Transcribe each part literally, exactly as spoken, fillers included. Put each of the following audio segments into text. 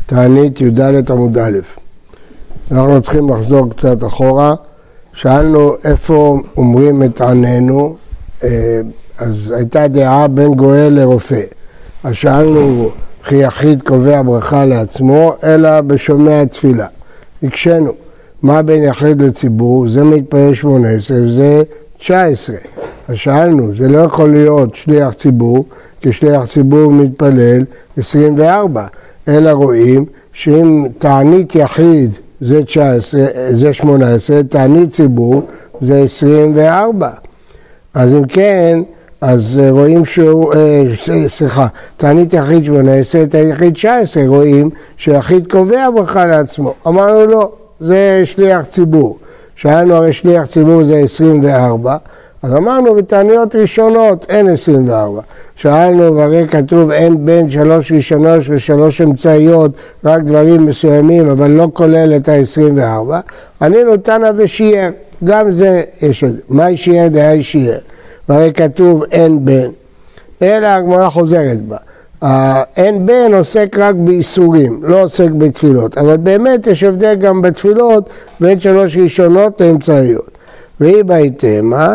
תענית י"ד עמוד א'. אנחנו צריכים לחזור קצת אחורה. שאלנו איפה אומרים את עננו, אז הייתה דעה בין גואל לרופא. אז שאלנו כי יחיד קובע ברכה לעצמו, אלא בשומע תפילה. הקשנו, מה בין יחיד לציבור? זה מתפלל שמונה עשרה וזה תשע עשרה. אז שאלנו, זה לא יכול להיות שליח ציבור, כי שליח ציבור מתפלל עשרים וארבע, אלא רואים שאם תענית יחיד זה תשע עשרה, זה שמונה עשרה, תענית ציבור זה עשרים וארבע. אז אם כן, אז רואים שהוא, אה, סליחה, תענית יחיד שמונה עשרה, תענית יחיד תשע עשרה, רואים שיחיד קובע ברכה לעצמו. אמרנו לא, זה שליח ציבור. שאלנו הרי שליח ציבור זה עשרים וארבע, אז אמרנו בתעניות ראשונות אין עשרים וארבע. שאלנו והרי כתוב אין בין שלוש ראשונות ושלוש אמצעיות, רק דברים מסוימים, אבל לא כולל את ה-עשרים וארבע. ענינו תנא ושיער, גם זה יש את זה. מה שיער דהי שיער? והרי כתוב אין בין, אלא הגמרא חוזרת בה. אין בין עוסק רק באיסורים, לא עוסק בתפילות, אבל באמת יש הבדל גם בתפילות בין שלוש ראשונות לאמצעיות. והיא בהתאמה,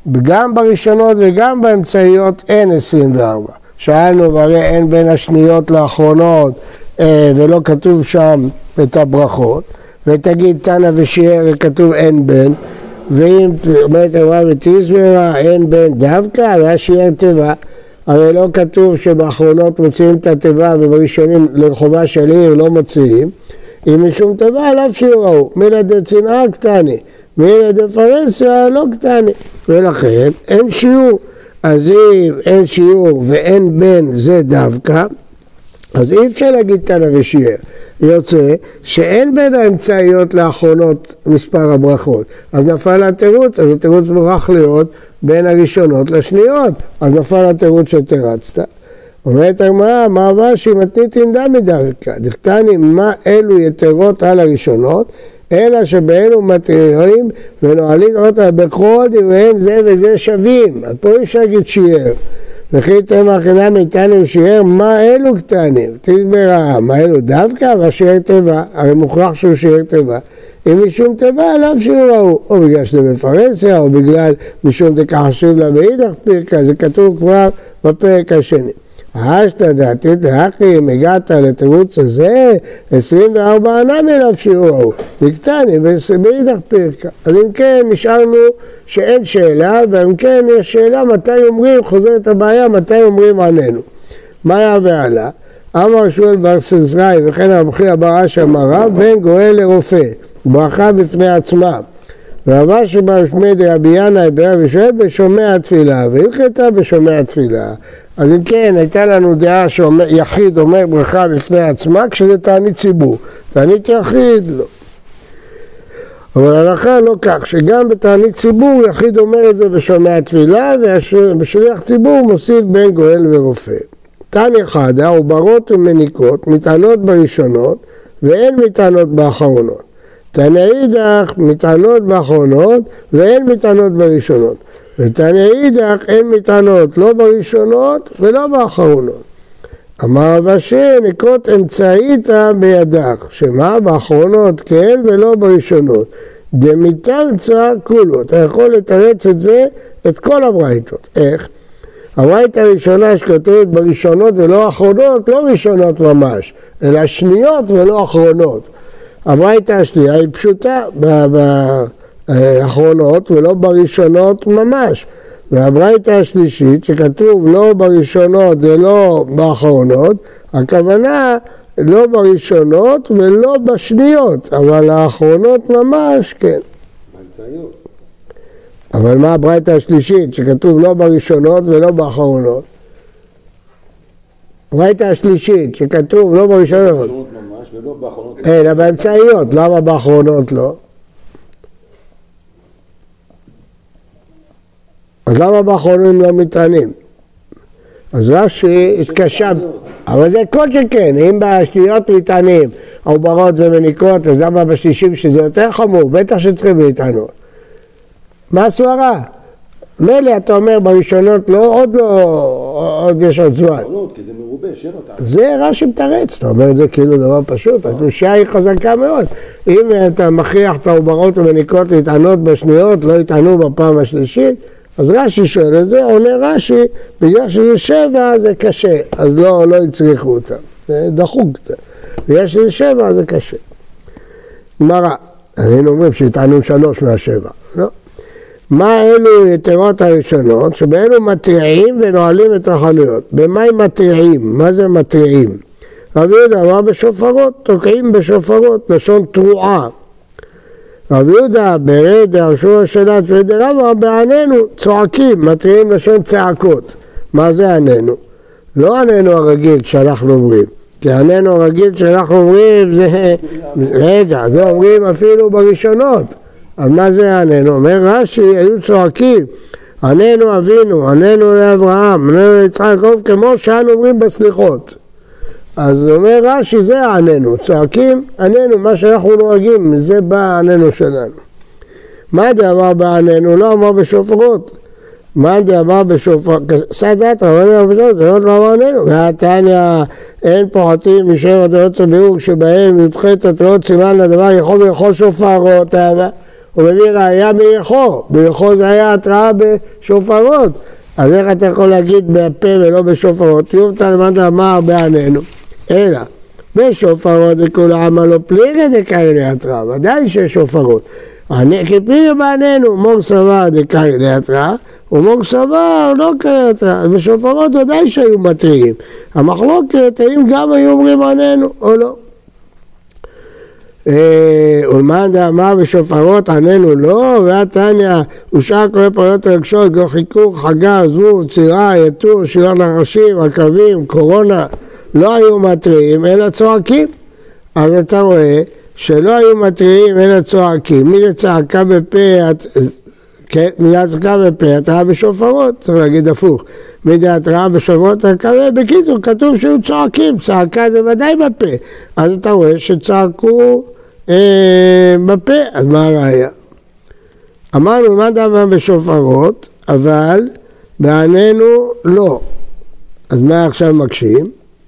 גם בראשונות וגם באמצעיות אין עשרים וארבע. שאלנו והרי אין בין השניות לאחרונות ולא כתוב שם את הברכות, ותגיד תנא ושיער כתוב אין בין, ואם אומרת אמרה ותסברה אין בין דווקא, היה שיער טבע, הרי לא כתוב שבאחרונות מוציאים את הטבע ובראשונים לרחובה של עיר לא מוציאים, אם משום טבע עליו שיעורו, מילה דצנעה קטני, מילה דפרסיה לא קטני, ולכן אין שיעור. אז אם אין שיעור ואין בין זה דווקא, אז אי אפשר להגיד תנא ושיער. יוצא שאין בין האמצעיות לאחרונות מספר הברכות. אז נפל התירוץ, אז התירוץ מוכרח להיות בין הראשונות לשניות. אז נפל התירוץ שתרצת. אומרת הגמרא, מה עבר שמתנית אינדה מדווקא? דכתני מה אלו יתרות על הראשונות, אלא שבאלו מטרירים ונועלים אותה בכל דבריהם זה וזה שווים. אז פה אי אפשר להגיד שיער. וכי תאמר חינם איתנו שיער, מה אלו קטנים? תסברה, מה אלו דווקא? והשיער טבע, הרי מוכרח שהוא שיער טבע. אם משום טבע עליו שיעורו, או בגלל שזה בפרסיה, או בגלל משום דקחשיב לה באידך פרקה, זה כתוב כבר בפרק השני. השתא דעתית להכי, אם הגעת לתירוץ הזה, עשרים וארבע ענם אליו שיעורו, דקטני באידך פרקה. אז אם כן, נשארנו שאין שאלה, ואם כן יש שאלה מתי אומרים, חוזרת הבעיה, מתי אומרים עננו. מה היה ועלה? אמר שמואל בר סזראי וכן רבי בר אשי אמר רב, בין גואל לרופא, ברכה בפני עצמה. ורבה שבר שמי דרבי ינאי ברבי שואל בשומע התפילה, והלכתה בשומע התפילה. אז אם כן, הייתה לנו דעה שיחיד אומר ברכה בפני עצמה, כשזה תענית ציבור. תענית יחיד, לא. אבל ההלכה לא כך, שגם בתענית ציבור יחיד אומר את זה בשומע התפילה, ובשליח ציבור מוסיף בין גואל ורופא. תניא חדא, עוברות ומניקות, מטענות בראשונות, ואין מטענות באחרונות. תניא אידך, מטענות באחרונות, ואין מטענות בראשונות. ותניא אידך, אין מטענות לא בראשונות ולא באחרונות. אמר רב אשי, נקרות אמצעיתא בידך, שמה באחרונות כן ולא בראשונות. דמיתרצה כולו, אתה יכול לתרץ את זה, את כל הברייתות. איך? הברייתא הראשונה שכתבת בראשונות ולא אחרונות, לא ראשונות ממש, אלא שניות ולא אחרונות. הברייתא השנייה היא פשוטה באחרונות ולא בראשונות ממש. והברייתא השלישית שכתוב לא בראשונות ולא באחרונות, הכוונה לא בראשונות ולא בשניות, אבל האחרונות ממש כן. באמצעיות. אבל מה הברייתא השלישית שכתוב לא בראשונות ולא באחרונות? הברייתא השלישית שכתוב לא בראשונות ממש ולא באחרונות. אלא באמצעיות, למה באחרונות לא? אז למה באחרונים לא מטענים? אז רש"י התקשה, אבל זה כל שכן, אם בשניות מטענים, עוברות ומניקות, אז למה בשלישים שזה יותר חמור? בטח שצריכים להתענות. מה הסברה? מילא אתה אומר בראשונות לא, עוד לא, עוד יש עוד זמן. כי זה מרובה, שבע תעניות. זה רש"י מתרץ, אתה אומר את זה כאילו דבר פשוט, הקדושה היא חזקה מאוד. אם אתה מכריח את העוברות ומניקות להתענות בשניות, לא יתענו בפעם השלישית, אז רש"י שואל את זה, עונה רש"י, בגלל שזה שבע זה קשה, אז לא, לא יצריכו אותם, זה דחוק קצת. בגלל שזה שבע זה קשה. מראה, היינו אומרים שיתענו שלוש מהשבע, לא? מה אלו יתרות הראשונות? שבאלו מטריעים ונועלים את החנויות. במה הם מטריעים? מה זה מטריעים? רב יהודה אמר בשופרות, תוקעים בשופרות, לשון תרועה. רב יהודה ברד דרשו השאלת ודרבה בעננו צועקים, מטריעים לשון צעקות. מה זה עננו? לא עננו הרגיל שאנחנו אומרים. כי עננו הרגיל שאנחנו אומרים זה... רגע, זה אומרים אפילו בראשונות. אז מה זה עננו? אומר רש"י, היו צועקים, עננו אבינו, עננו לאברהם, עננו ליצחק, כמו שאנו אומרים בסליחות. אז אומר רש"י, זה עננו, צועקים, עננו, מה שאנחנו נוהגים, מזה בא עננו שלנו. מה דאמר בעננו? לא אמר בשופרות. מה דאמר בשופרות? סעדת רבנו בשופרות, זה לא אמר עננו. והתניא, אין פוחתים משבע דעות הביאור, שבהם י"ח התראות סימן לדבר יכול ויכול שופרות, הוא מביא ראיה ביכו, ביכו זה היה התראה בשופרות, אז איך אתה יכול להגיד בפה ולא בשופרות? שוב תלמד אמר בעננו, אלא בשופרות לכול העמה לא פליגה דקאי להתראה, ודאי שיש שופרות, כי פליגה בעננו, מור סבר דקאי להתראה, ומור סבר לא קאי להתראה, בשופרות ודאי שהיו מטריעים, המחלוקת האם גם היו אומרים עננו או לא. ולמאן דאמר בשופרות עננו לא, והתניא ושאר כל פרעות הרגשות, כמו חיכוך, חגה, זבוב, צירה, יתור, שירת נחשים, עקבים, קורונה, לא היו מטריעים אלא צועקים. אז אתה רואה שלא היו מטריעים אלא צועקים. מי זה צעקה בפה, כן, מי צעקה בפה, התראה בשופרות, צריך להגיד הפוך. מי זה התראה בשופרות, התראה בקיצור, כתוב שהיו צועקים, צעקה זה ודאי בפה. אז אתה רואה שצעקו אה, בפה, אז מה הראיה? אמרנו מה דבר בשופרות, אבל בעננו לא. אז מה עכשיו מקשים?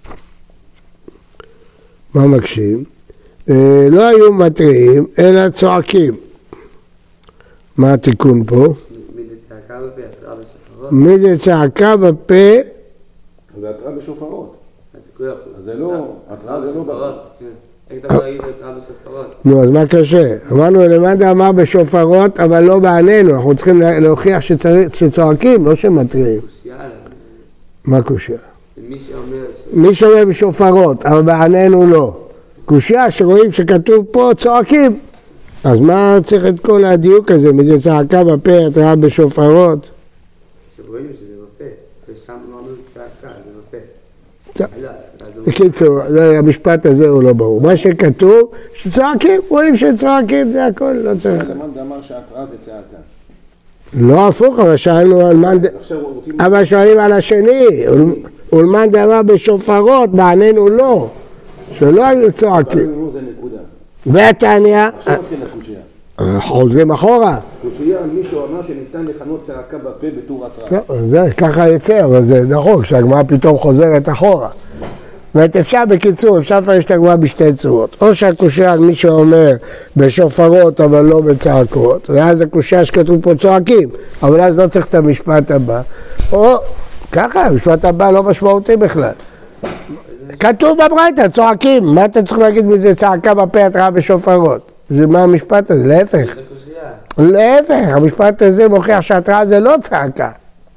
מה מקשים? אה, לא היו מטריעים, אלא צועקים. מה התיקון פה? מי זה צעקה בפה, התראה בשופרות? מי זה צעקה בפה? זה התראה בשופרות. אז זה לא, התראה זה לא בשופרות. איך אתה יכול להגיד התראה בשופרות? נו, אז מה קשה? אמרנו למד אמר בשופרות, אבל לא בעננו. אנחנו צריכים להוכיח שצועקים, לא שמטריעים. קושייה עליו. מה קושייה? מי שאומר... מי שאומר בשופרות, אבל בעננו לא. קושייה שרואים שכתוב פה צועקים. אז מה צריך את כל הדיוק הזה? מי זה צעקה בפה, התראה בשופרות? שרואים שזה בפה. ששם לא אומרים צעקה, זה בפה. בקיצור, המשפט הזה הוא לא ברור. מה שכתוב, שצועקים, רואים שצועקים, זה הכל, לא צריך. למאן דאמר שהתראה זה צעקה. לא הפוך, אבל שאלנו על מאן... אבל שואלים על השני, ולמאן דאמר בשופרות, בעננו לא, שלא היו צועקים. זה נקודה. והתניא... עכשיו מתחיל הקושייה. חוזרים אחורה. קושייה על מישהו אמר שניתן לכנות צעקה בפה בתור התראה. זה ככה יוצא, אבל זה נכון, שהגמרא פתאום חוזרת אחורה. ואת אפשר בקיצור, אפשר לפרש את הגמרא בשתי צורות. או שהקושייה על מי שאומר בשופרות אבל לא בצעקות, ואז הקושייה שכתוב פה צועקים, אבל אז לא צריך את המשפט הבא. או ככה, המשפט הבא לא משמעותי בכלל. כתוב בברייתא, צועקים, מה אתה צריך להגיד מזה צעקה בפה, התראה בשופרות? זה מה המשפט הזה? להפך. להפך, המשפט הזה מוכיח שהתראה זה לא צעקה.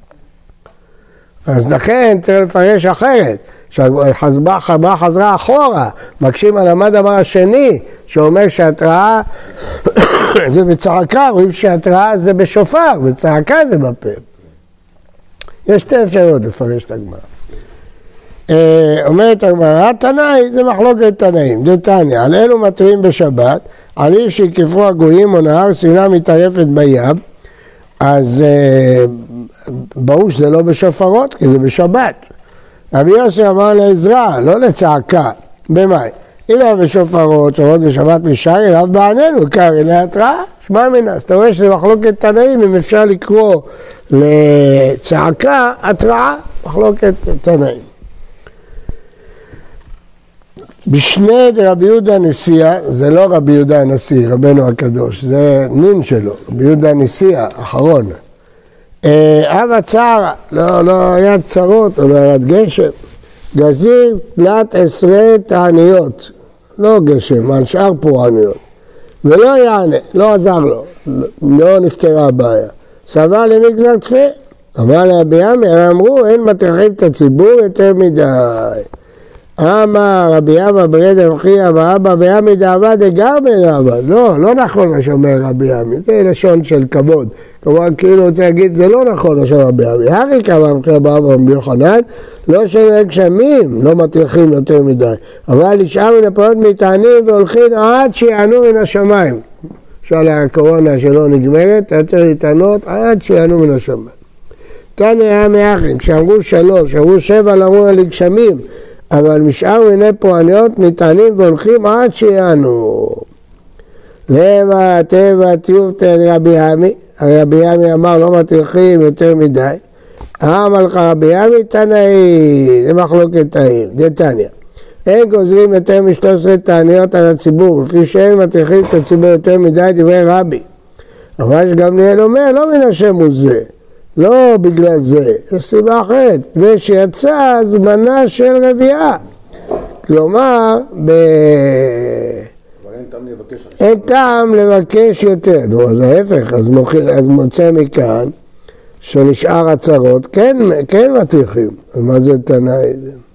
אז לכן צריך לפרש אחרת. שהחזרה חזרה אחורה, מקשים על המד דבר השני, שאומר שהתראה זה בצעקה, רואים שהתראה זה בשופר, וצעקה זה בפה. יש שתי אפשרויות לפרש את הגמרא. אומרת הגמרא, תנאי זה מחלוקת תנאים, זה תניא, על אלו מטריעים בשבת, על אי שיקפו הגויים או נהר ספינה מתערפת בים, אז ברור שזה לא בשופרות, כי זה בשבת. רבי יוסי אמר לעזרא, לא לצעקה, במאי? אם בשופרות, שומעות בשבת משאר, אליו בעננו, עיקר אלה התראה, שמע מנה. אז אתה רואה שזה מחלוקת תנאים, אם אפשר לקרוא לצעקה, התראה, מחלוקת תנאים. בשני רבי יהודה נשיאה, זה לא רבי יהודה הנשיא, רבנו הקדוש, זה נין שלו, רבי יהודה נשיאה, אחרון. אבא צערה, לא, לא היה צרות, או לא היה גשם. גזיר תלת עשרה תעניות, לא גשם, על שאר פורעניות. ולא יענה, לא עזר לו, לא נפתרה הבעיה. סבל למגזר תפה, אמר לרבי עמי, אמרו, אין מטריחים את הציבור יותר מדי. אמר רבי עמא ברד המחיה ואבא בעמי דעבד אגר בן עבד. לא, לא נכון מה שאומר רבי עמי, זה לשון של כבוד. כלומר, כאילו רוצה להגיד, זה לא נכון מה שאומר רבי עמי. הרי כמה המחיה באבא רבי יוחנן, לא של גשמים, לא מטריחים יותר מדי. אבל נשאר מן הפעות מטענים והולכים עד שיענו מן השמיים. שאלה הקורונה שלא נגמרת, היה צריך להתענות עד שיענו מן השמיים. כאן היה מאחרים, כשאמרו שלוש, אמרו שבע לאמרו על גשמים, אבל משאר מיני פועניות מטענים והולכים עד שיענו. למה טבע טיוב רבי עמי, רבי עמי אמר לא מטריחים יותר מדי. אמר לך רבי עמי תנאי, זה מחלוקת תנאים, זה תניא. אין גוזרים יותר משלוש עשרה תעניות על הציבור, לפי שאין מטריחים את הציבור יותר מדי דברי רבי. אבל שגמליאל אומר, לא מן השם הוא זה. לא בגלל זה, יש סיבה אחרת, מפני שיצא זמנה של רביעה. כלומר, ב... אין טעם לבקש יותר. נו, אז ההפך, אז, מוכר, אז מוצא מכאן שנשאר הצרות, כן, כן מטריחים. אז מה זה תנאי?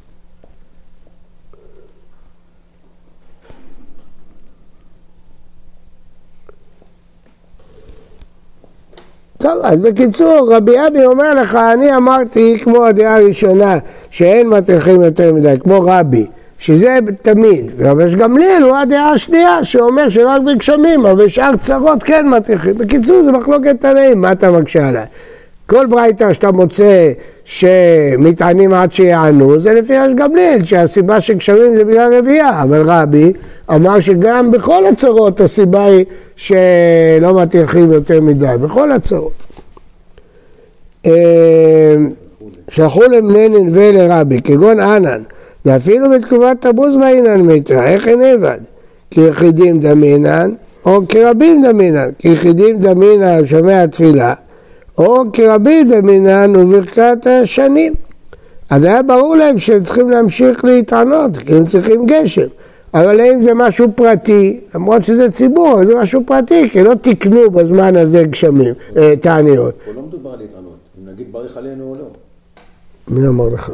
טוב, אז בקיצור, רבי עמי אומר לך, אני אמרתי כמו הדעה הראשונה, שאין מטריחים יותר מדי, כמו רבי, שזה תמיד. אבל גמליאל הוא הדעה השנייה, שאומר שרק בגשמים, אבל בשאר צרות כן מטריחים. בקיצור, זה מחלוקת תנאים, מה אתה מקשה עליי? כל ברייתא שאתה מוצא שמטענים עד שיענו, זה לפי יש גמליאל, שהסיבה שגשמים זה בגלל רביעה, אבל רבי אמר שגם בכל הצרות הסיבה היא שלא מטריחים יותר מדי, בכל הצרות. שלחו לבני ננבה לרבי, כגון ענן, ואפילו בתקופת תמוז באינן מיתרא, איך אין עבד? כיחידים דמינן, או כרבים דמינן, כיחידים דמינן שומע תפילה, או כרבים דמינן וברכת השנים. אז היה ברור להם שהם צריכים להמשיך להתענות, כי הם צריכים גשם. אבל אם זה משהו פרטי, למרות שזה ציבור, זה משהו פרטי, כי לא תקנו בזמן הזה גשמים, תעניות. פה לא מדובר על להתענות, אם נגיד ברך עלינו או לא. מי אמר לך?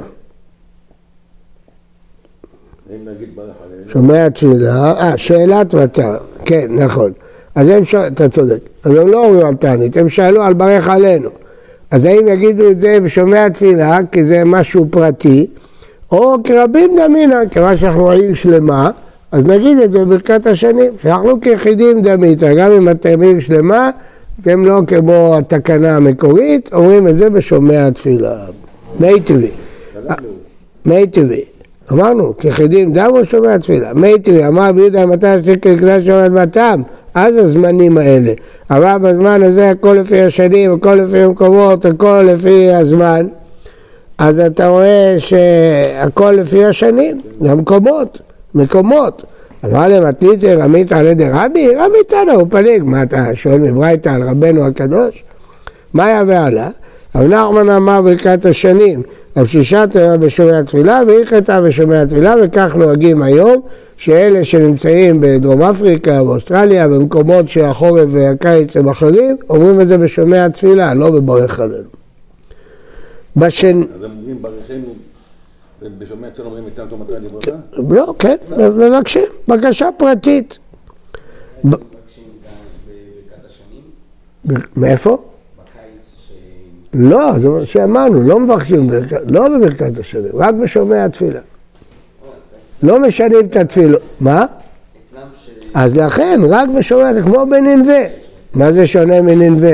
אם נגיד ברך עלינו. שומע תפילה, אה, שאלת מטר, כן, נכון. אז הם שואלים, אתה צודק, אז הם לא אומרים על תענית, הם שאלו על ברך עלינו. אז האם יגידו את זה בשומע תפילה, כי זה משהו פרטי, או כרבים דמינן, כמה שאנחנו רואים שלמה, אז נגיד את זה בברכת השנים, שאנחנו כיחידים דמית, גם אם אתם עיר שלמה, אתם לא כמו התקנה המקורית, אומרים את זה בשומע תפילה. מי טבעי. מי טבעי. אמרנו, כיחידים דם או שומע תפילה. מי טבעי, אמר ביהודה מתי שקל כלל שומע מתם, אז הזמנים האלה. אבל בזמן הזה הכל לפי השנים, הכל לפי המקומות, הכל לפי הזמן. אז אתה רואה שהכל לפי השנים, המקומות, מקומות. אבל אם עתיתי רמית על ידי רבי, רבי תנא הוא פליג. מה אתה שואל מברייתא על רבנו הקדוש? מה יבוא עלה? רב נחמן אמר ברכת השנים, על שישה תורה בשומע תפילה והלכתה בשומע תפילה, וכך נוהגים היום, שאלה שנמצאים בדרום אפריקה, באוסטרליה, במקומות שהחורף והקיץ הם אחרים, אומרים את זה בשומע תפילה, לא בברך עלינו. בשן... אז הם אומרים ברכנו, ובשומע תפילה אומרים איתם תום מתי לברכה? לא, כן, מבקשים, בקשה פרטית. מבקשים בברכת השנים? מאיפה? בקיץ ש... לא, זה מה שאמרנו, לא מבקשים, לא בברכת השנים, רק בשומע התפילה. לא משנים את התפילה. מה? אז לכן, רק בשומע, זה כמו בננבה. מה זה שונה מננבה?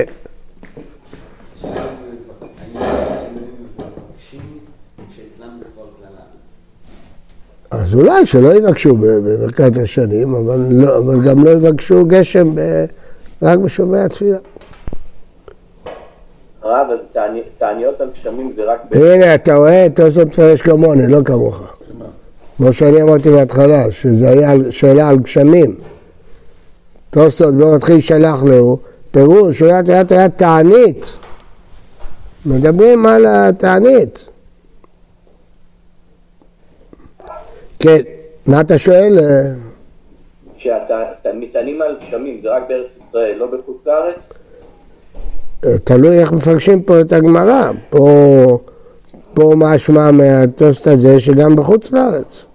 אז אז אולי שלא יבקשו בברכת השנים, אבל, לא, אבל גם לא יבקשו גשם ב, רק בשומע התפילה. רב, אז תעניות על גשמים זה רק... הנה, אתה רואה, תוספות מפרש כמוני, לא כמוך. כמו שאני אמרתי בהתחלה, שזה היה שאלה על גשמים. תוספות בוא מתחיל שלח לו, פירוש, הוא היה היה תענית. מדברים על התענית. כן, מה אתה שואל? כשהמטענים על גשמים זה רק בארץ ישראל, לא בחוץ לארץ? תלוי איך מפרשים פה את הגמרא. פה, פה משמע מהתוספות הזה שגם בחוץ לארץ.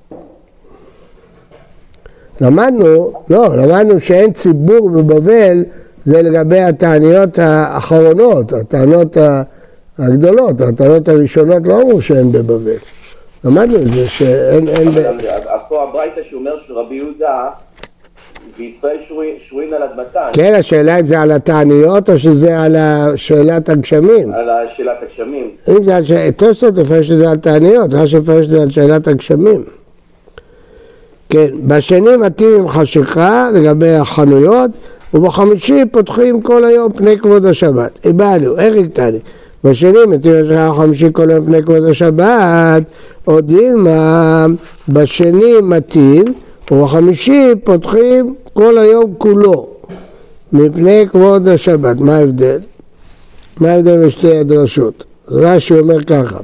למדנו, לא, למדנו שאין ציבור בבבל, זה לגבי התעניות האחרונות, הטענות הגדולות, הטענות הראשונות לא אמרו שאין בבבל. למדנו את זה שאין... אבל פה הברייתא שאומר שרבי יהודה וישראל שרויים על אדמתם. כן, השאלה אם זה על התעניות או שזה על שאלת הגשמים. על שאלת הגשמים. אם זה על שאלת, תוספות לפרש שזה על תעניות, זה שפרש שזה על שאלת הגשמים. כן, בשני מתאים עם חשיכה לגבי החנויות, ובחמישי פותחים כל היום פני כבוד השבת. איבאנו, איך יקטני? בשני מתאים עם החמישי כל היום פני כבוד השבת, עוד דילמה, בשני מתאים, ובחמישי פותחים כל היום כולו, מפני כבוד השבת. מה ההבדל? מה ההבדל בשתי הדרשות? רש"י אומר ככה,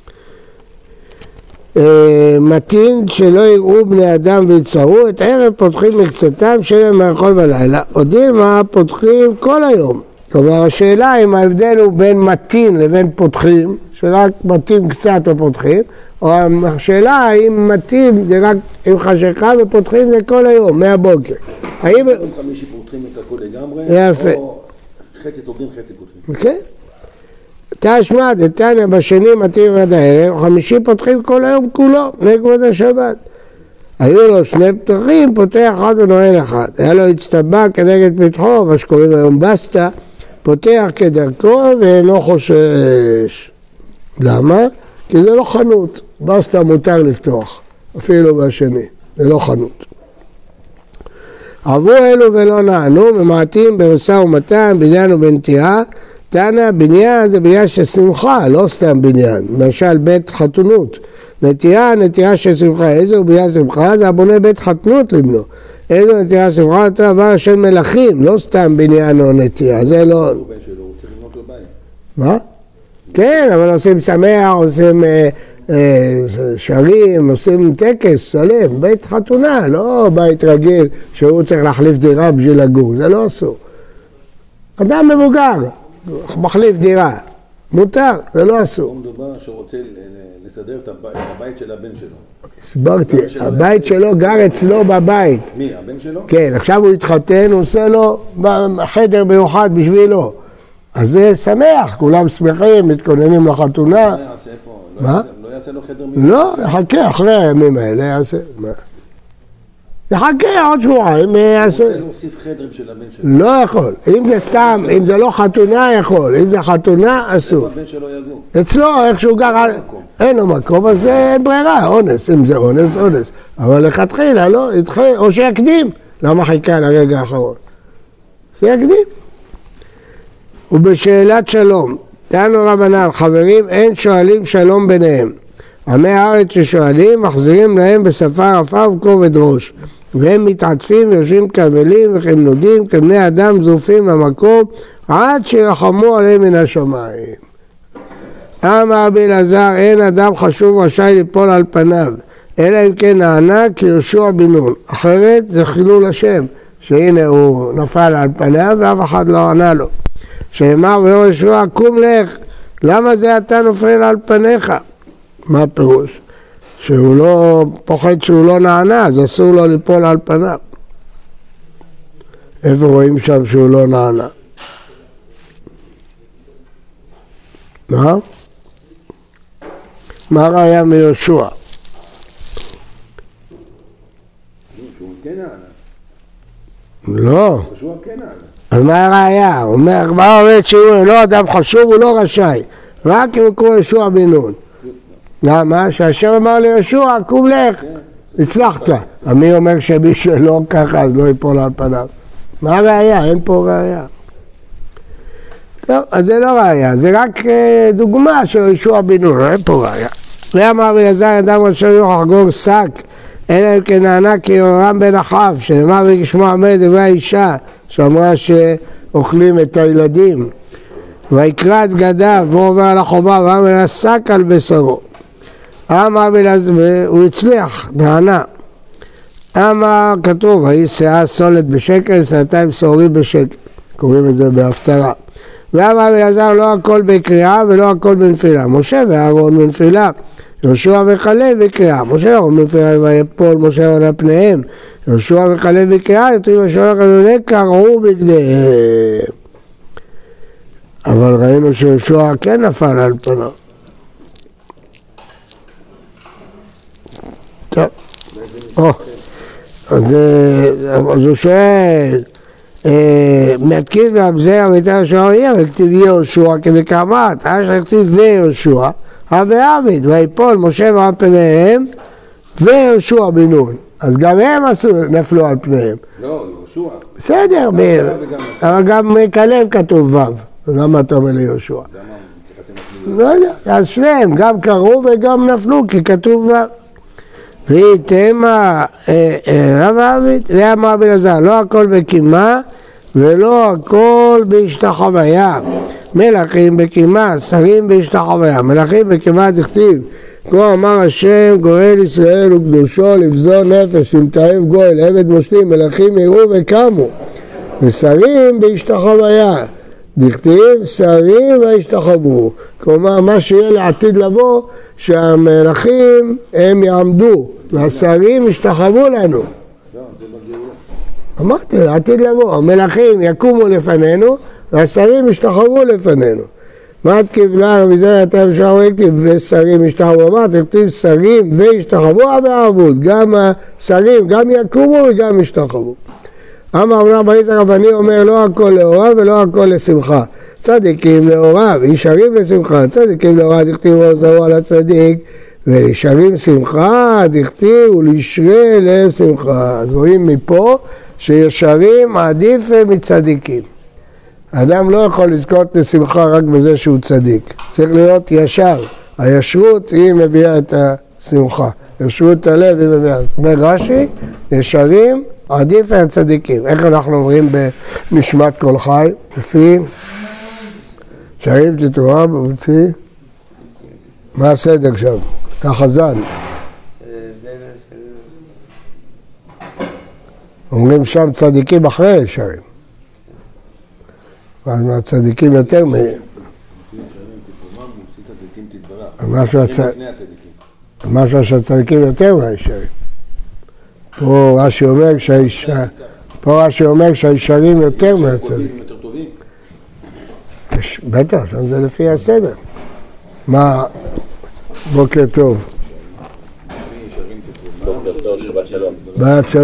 מתין שלא יראו בני אדם ויצרו, את ערב פותחים מקצתם שלהם מאכול בלילה, הודיעים מה פותחים כל היום. כלומר השאלה אם ההבדל הוא בין מתין לבין פותחים, שרק מתין קצת או פותחים, או השאלה אם מתין זה רק עם חשיכה ופותחים זה כל היום, מהבוקר. האם חמישי פותחים את הכל לגמרי, יפה. או חצי סוגרים חצי פותחים? כן. תשמע, דתניא בשני מתאים עד הערב, חמישי פותחים כל היום כולו, לכבוד השבת. היו לו שני פתחים, פותח אחד ונועל אחד. היה לו הצטבע כנגד פתחו, מה שקוראים היום בסטה, פותח כדרכו ואינו חושש. למה? כי זה לא חנות. בסטה מותר לפתוח, אפילו בשני. זה לא חנות. עברו אלו ולא נענו, ממעטים במשא ומתן, בניין ובנטיעה, תנא בניין זה בניין של שמחה, לא סתם בניין, למשל בית חתונות. נטייה, נטייה של שמחה, איזה הוא בניין שמחה? זה הבונה בית חתנות לבנו. איזה נטייה שמחה? אתה עבר של מלכים, לא סתם בניין או נטייה, זה לא... הוא בן שלו, הוא צריך לבנות לו בית. מה? כן, אבל עושים שמח, עושים אה, אה, שרים, עושים טקס, שלם, בית חתונה, לא בית רגיל שהוא צריך להחליף דירה בשביל לגור, זה לא אסור. אדם מבוגר. מחליף דירה, מותר, זה לא אסור. הוא מדובר שרוצה לסדר את הבית של הבן שלו. הסברתי, הבית שלו גר אצלו בבית. מי, הבן שלו? כן, עכשיו הוא התחתן, הוא עושה לו חדר מיוחד בשבילו. אז זה שמח, כולם שמחים, מתכוננים לחתונה. מה יעשה איפה? מה? לא יעשה לו חדר מיוחד? לא, יחכה אחרי הימים האלה, יעשה. יחכה עוד שבועיים, יעשה. הוא רוצה להוסיף חדר של הבן שלו. לא יכול. אם זה סתם, אם זה לא חתונה, יכול. אם זה חתונה, אסור. איפה הבן שלו יגור? אצלו, איך שהוא גר, אין לו מקום, אז זה אין ברירה, אונס. אם זה אונס, אונס. אבל לכתחילה, לא, ידחה, או שיקדים. למה חיכה לרגע האחרון? שיקדים. ובשאלת שלום, תנו רבנן, חברים, אין שואלים שלום ביניהם. עמי הארץ ששואלים, מחזירים להם בשפה רפה וכובד ראש. והם מתעטפים ויושבים כבלים וכמנודים, כבני אדם זופים למקום, עד שירחמו עליהם מן השמיים. אמר רבי אלעזר, אין אדם חשוב רשאי ליפול על פניו, אלא אם כן נענה כי יהושע בן נון. אחרת זה חילול השם, שהנה הוא נפל על פניו ואף אחד לא ענה לו. שאמר ויהושע, קום לך, למה זה אתה נופל על פניך? מה הפירוש? שהוא לא פוחד שהוא לא נענה, אז אסור לו ליפול על פניו. איפה רואים שם שהוא לא נענה? מה? מה ראיה מיהושע? שהוא כן נענה. לא. יהושע כן נענה. אז מה הראיה? הוא אומר, מה אומרת שהוא לא אדם חשוב, הוא לא רשאי. רק אם הוא קורא יהושע בן נון. למה? שהשם אמר ליהושע, קום לך. הצלחת. מי אומר שמי שלא ככה אז לא ייפול על פניו? מה הראיה? אין פה ראיה. טוב, אז זה לא ראיה, זה רק דוגמה של יהושע בן נון, אין פה ראיה. ואמר רבי אלעזר, אדם אשר יוכל לחגוג שק, אלא אם כן נענה כיהורם בן אחאב, שנאמר וגשמו עמד דברי האישה, שאמרה שאוכלים את הילדים, ויקרא את בגדיו, והוא עובר על החומה, ואמר לה שק על בשרו. אמר רבי אלעזר, הוא הצליח, נענה. אמר כתוב, ויהי שאה סולת בשקל, שעתיים שעורים בשקל, קוראים את זה בהפטרה. ואמר רבי אלעזר, לא הכל בקריאה ולא הכל בנפילה. משה ואהרון בנפילה, יהושע וכלב בקריאה. משה ואהרון בנפילה ויפול משה על פניהם. יהושע וכלב בקריאה, יתרים יהושע וכלב קרעו בגדיהם. אבל ראינו שיהושע כן נפל על פניו. טוב. או, אז הוא שואל, מתקיף והבזר ויתר יהושע יהיה, וכתיב יהושע כדקאמרת, היה שכתיב ויהושע, ועבד, ויפול משה ועל פניהם, ויהושע בן נון. אז גם הם נפלו על פניהם. לא, יהושע. בסדר, אבל גם כלב כתוב ו', אז למה אתה אומר ליהושע? לא יודע, אז שניהם, גם קראו וגם נפלו, כי כתוב ו'. והיא תמה רב עביד, ואמר רבי אלעזר, לא הכל בקימה ולא הכל בהשתחוויה. מלכים בקימה, שרים בהשתחוויה. מלכים בקימה תכתיב, כה אמר השם גואל ישראל וקדושו לבזור נפש, למתעב גואל, עבד מושלים, מלכים יראו וקמו. ושרים בהשתחוויה. דכתיב שרים והשתחוו. כלומר מה שיהיה לעתיד לבוא, שהמלכים הם יעמדו והשרים ישתחוו לנו. אמרתי, לעתיד לבוא, המלכים יקומו לפנינו והשרים ישתחוו לפנינו. מה תכוונה רבי זרע אתה אפשר להכתיב ושרים ישתחוו? אמרתי, תכתיב שרים וישתחוו בערבות, גם השרים גם יקומו וגם ישתחוו. אמר אמנם בריס הרבני אומר לא הכל לאורה ולא הכל לשמחה. צדיקים לאורה וישרים לשמחה, צדיקים לאורה דכתיב ועוזרו על הצדיק, וישרים שמחה דכתיב ולשרי לב שמחה. אז רואים מפה שישרים עדיף מצדיקים. האדם לא יכול לזכות לשמחה רק בזה שהוא צדיק, צריך להיות ישר. הישרות היא מביאה את השמחה, ישרות הלב היא מביאה. אומר רש"י, ישרים עדיף מהצדיקים. איך אנחנו אומרים בנשמת כל חי? לפי שרים תתורה במוציא. מה הסדר שם? אתה חזן. אומרים שם צדיקים אחרי שרים. אז מהצדיקים יותר מ... משהו שהצדיקים יותר מהישרים. פה רש"י אומר שהישרים, פה רש"י אומר שהישרים יותר מהצדיקים. בטח, שם זה לפי הסדר. מה? בוקר טוב. בוקר טוב, שבת שלום. שבת שלום.